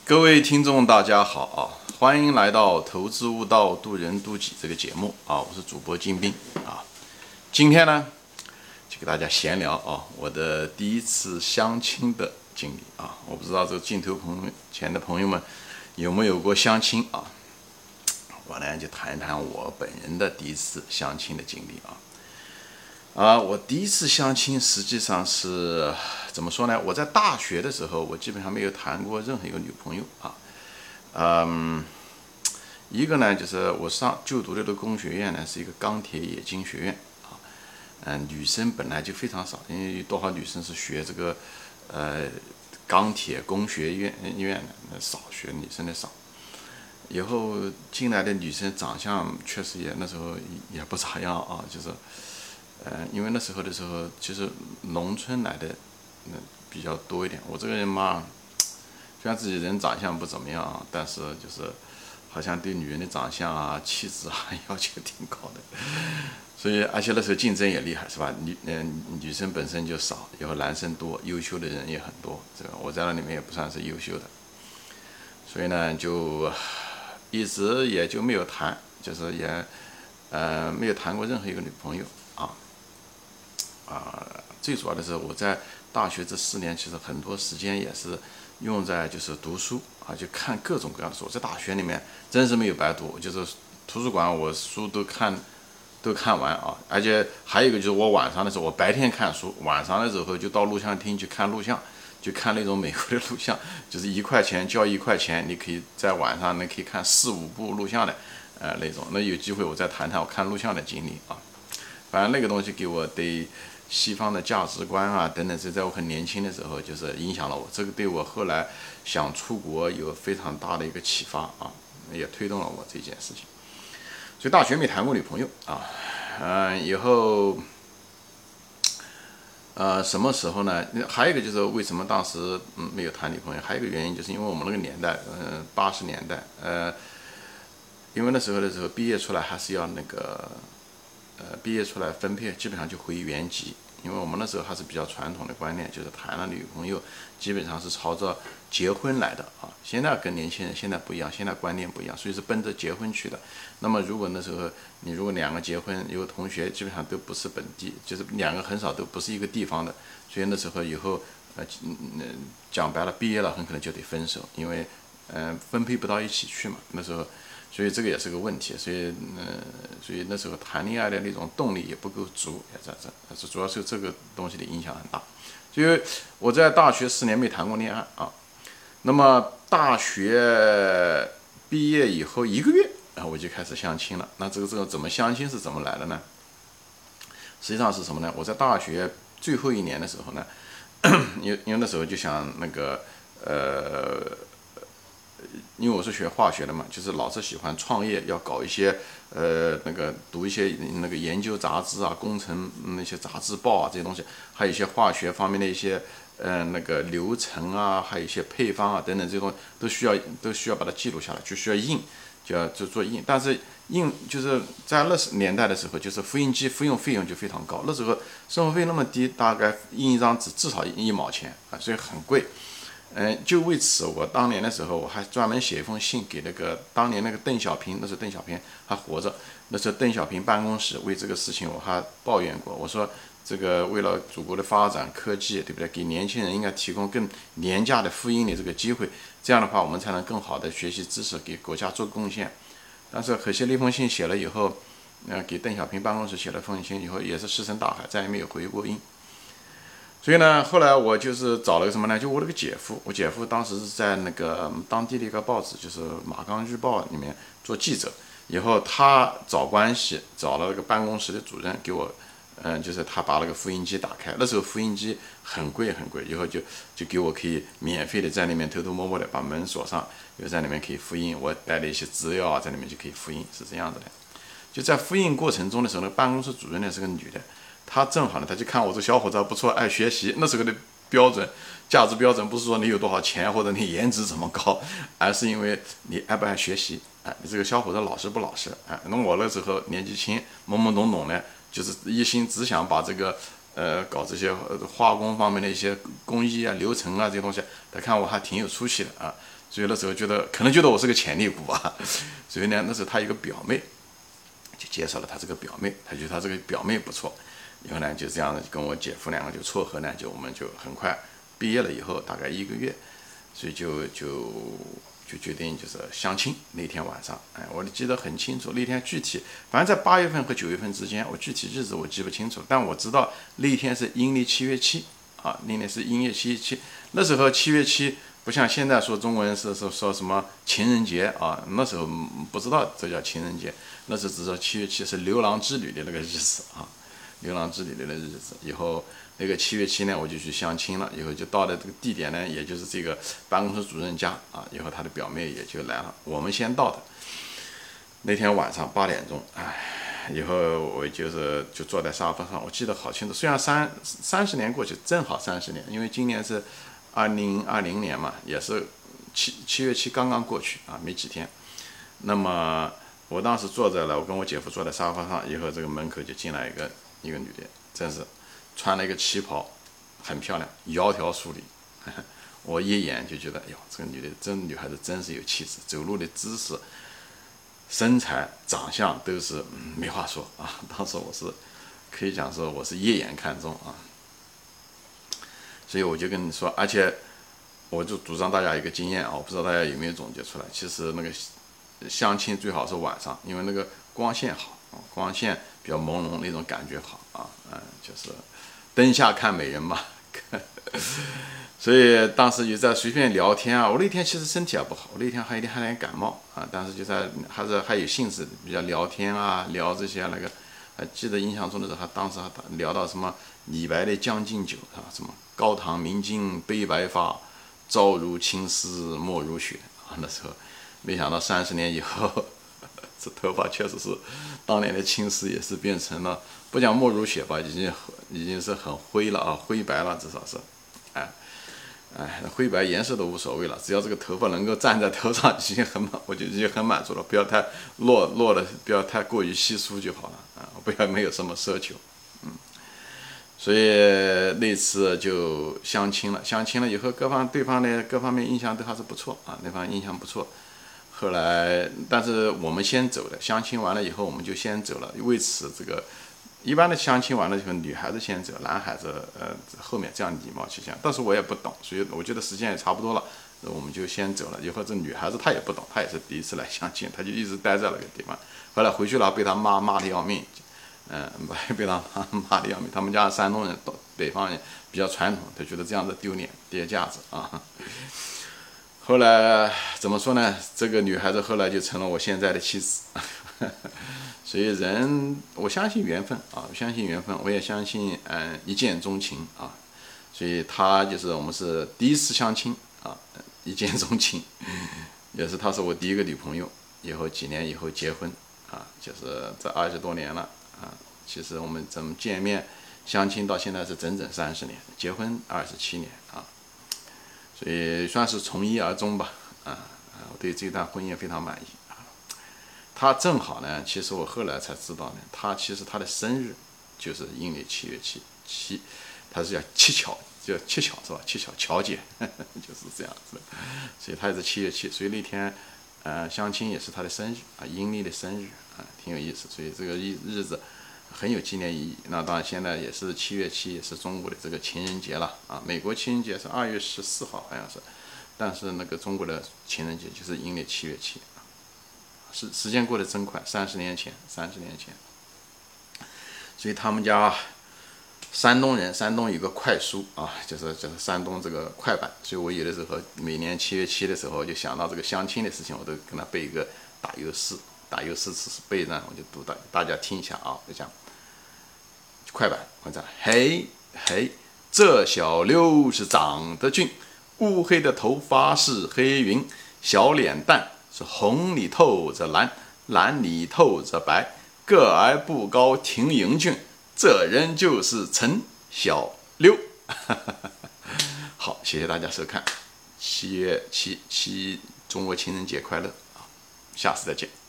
各位听众，大家好啊！欢迎来到《投资悟道，渡人渡己》这个节目啊！我是主播金兵啊。今天呢，就给大家闲聊啊，我的第一次相亲的经历啊。我不知道这个镜头前的朋友们有没有过相亲啊？我呢就谈一谈我本人的第一次相亲的经历啊。我第一次相亲实际上是怎么说呢？我在大学的时候，我基本上没有谈过任何一个女朋友啊。一个呢就是我就读的这个工学院呢是一个钢铁冶金学院啊。女生本来就非常少，因为多少女生是学这个钢铁工学院的少，学女生的少。以后进来的女生长相确实那时候也不咋样啊，就是。因为那时候其实农村来的比较多一点。我这个人嘛，虽然自己人长相不怎么样啊，但是就是好像对女人的长相啊、气质啊要求挺高的。所以而且那时候竞争也厉害，是吧？女生本身就少，以后男生多，优秀的人也很多。这个我在那里面也不算是优秀的，所以呢就一直也就没有谈，就是也没有谈过任何一个女朋友啊。最主要的是我在大学这4年，其实很多时间也是用在就是读书啊，就看各种各样的书。在大学里面真是没有白读，就是图书馆我书都看完啊。而且还有一个就是我晚上的时候，我白天看书，晚上的时候就到录像厅去看录像，就看那种美国的录像，就是1块钱交1块钱，你可以在晚上可以看4、5部录像的那种。那有机会我再谈谈我看录像的经历啊。反正那个东西给我对西方的价值观啊等等，是在我很年轻的时候就是影响了我，这个对我后来想出国有非常大的一个启发啊，也推动了我这件事情。所以大学没谈过女朋友啊，以后什么时候呢？还有一个就是为什么当时没有谈女朋友，还有一个原因就是因为我们那个年代，80年代因为那时候毕业出来还是要毕业出来分配，基本上就回原籍。因为我们那时候还是比较传统的观念，就是谈了女朋友基本上是朝着结婚来的啊。现在跟年轻人现在不一样，现在观念不一样，所以是奔着结婚去的。那么如果那时候你如果2个结婚，有同学基本上都不是本地，就是2个很少都不是一个地方的，所以那时候以后讲白了，毕业了很可能就得分手，因为分配不到一起去嘛，那时候。所以这个也是个问题，所以那时候谈恋爱的那种动力也不够足，也在这，主要是这个东西的影响很大。所以我在大学4年没谈过恋爱啊。那么大学毕业以后1个月我就开始相亲了。那这个怎么相亲是怎么来的呢？实际上是什么呢？我在大学最后1年的时候呢，因为那时候就想因为我是学化学的嘛，就是老是喜欢创业，要搞一些读一些研究杂志啊、工程那些杂志报啊这些东西，还有一些化学方面的一些流程啊，还有一些配方啊等等这些东西都需要把它记录下来，就需要印，就做印。但是印就是在那年代的时候，就是复印机复用费用就非常高，那时候生活费那么低，大概印一张纸至少1毛钱啊，所以很贵。就为此，我当年的时候，我还专门写一封信给当年邓小平，那时候邓小平还活着，那时候邓小平办公室为这个事情我还抱怨过，我说这个为了祖国的发展科技，对不对？给年轻人应该提供更廉价的复印的这个机会，这样的话我们才能更好的学习知识，给国家做贡献。但是可惜那封信写了以后，给邓小平办公室写了封信以后，也是石沉大海，再也没有回过音。所以呢，后来我就是找了个什么呢？就我那个姐夫，我姐夫当时是在当地的一个报纸，就是马岗日报里面做记者。以后他找关系找了那个办公室的主任给我，就是他把那个复印机打开，那时候复印机很贵很贵，以后就给我可以免费的在里面偷偷摸摸的把门锁上，又在里面可以复印，我带了一些资料啊，在里面就可以复印，是这样子的。就在复印过程中的时候，那办公室主任呢是个女的。他正好呢，他就看我这小伙子不错，爱学习。那时候的价值标准不是说你有多少钱或者你颜值怎么高，而是因为你爱不爱学习。你这个小伙子老实不老实？那我那时候年纪轻，懵懵懂懂呢，就是一心只想把这个搞这些化工方面的一些工艺啊、流程啊这些东西，他看我还挺有出息的啊，所以那时候可能觉得我是个潜力股吧，所以呢，那时候他有个表妹，就介绍了他这个表妹，他觉得他这个表妹不错，以后呢就这样跟我姐夫两个就撮合呢，我们就很快毕业了以后，大概1个月，所以就决定就是相亲那天晚上，我记得很清楚，那天具体反正在8月份和9月份之间，我具体日子我记不清楚，但我知道那天是阴历7月7啊，那天是阴历7月7，那时候7月7不像现在说中国人是说什么情人节啊，那时候不知道这叫情人节，那时候只知道7月7是牛郎织女的那个日子啊，牛郎织女的那个日子，以后。那个7月7呢，我就去相亲了。以后就到了这个地点呢，也就是这个办公室主任家啊。以后他的表妹也就来了，我们先到的。那天晚上8点钟，以后我就坐在沙发上，我记得好清楚。虽然30年过去，正好30年，因为今年是2020年嘛，也是7月7刚刚过去啊，没几天。那么我当时坐在了，我跟我姐夫坐在沙发上，以后这个门口就进来一个女的，真是。穿了一个旗袍，很漂亮，窈窕淑女。我一眼就觉得，哎呦，这个女孩子真是有气质，走路的姿势、身材、长相都是没话说啊。当时我是可以讲说我是一眼看中啊，所以我就跟你说，而且我就主张大家一个经验啊，我不知道大家有没有总结出来。其实那个相亲最好是晚上，因为那个光线好，光线比较朦胧，那种感觉好啊，就是灯下看美人嘛。所以当时就在随便聊天啊。我那天其实身体也不好，我那天还有点感冒啊，但是就在还有兴致比较聊天啊，聊这些那个。还记得印象中的时候，当时还聊到什么李白的《将进酒》啊，什么高堂明镜悲白发，朝如青丝暮如雪啊。那时候没想到30年以后，这头发确实是当年的青丝，也是变成了不讲暮如雪吧，已经是很灰了啊，灰白了，至少是，灰白颜色都无所谓了，只要这个头发能够站在头上，我就已经很满足了，不要太落的，不要太过于稀疏就好了啊，不要没有什么奢求，所以那次就相亲了以后，对方的各方面印象都还是不错啊，那方印象不错。后来，但是我们先走的，相亲完了以后我们就先走了。为此，这个一般的相亲完了以后，女孩子先走，男孩子后面这样礼貌去相。但是我也不懂，所以我觉得时间也差不多了，我们就先走了。以后这女孩子她也不懂，她也是第一次来相亲，她就一直待在那个地方。后来回去了，被她妈骂得要命，被她骂得要命。他们家山东人、北方人比较传统，他觉得这样子丢脸、跌架子啊。后来怎么说呢？这个女孩子后来就成了我现在的妻子，所以我相信缘分啊，我相信缘分，我也相信一见钟情啊，所以她就是我们是第一次相亲啊，一见钟情，也是她是我第一个女朋友，以后几年以后结婚啊，就是这20多年了啊，其实我们怎么见面相亲到现在是整整30年，结婚27年啊。所以算是从一而终吧，我对这段婚姻非常满意啊。他正好呢，其实我后来才知道呢，其实他的生日就是阴历7月7，他是叫七巧，叫七巧是吧？七巧巧姐就是这样子，所以他也是7月7，所以那天相亲也是他的生日啊，阴历的生日啊，挺有意思，所以这个日子很有纪念意义。那当然，现在也是7月7，也是中国的这个情人节了啊。美国情人节是2月14号，好像是，但是那个中国的情人节就是阴历7月7，时间过得真快，30年前。所以他们家山东有个快书啊，就是山东这个快板，所以我有的时候每年7月7的时候，就想到这个相亲的事情，我都跟他背一个打油诗是背呢，我就读到大家听一下啊，就讲。快板，我讲嘿嘿，这小妞是长得俊，乌黑的头发是黑云，小脸蛋是红里透着蓝，蓝里透着白，个儿不高挺英俊，这人就是陈小妞。好，谢谢大家收看，7月7中国情人节快乐啊！下次再见。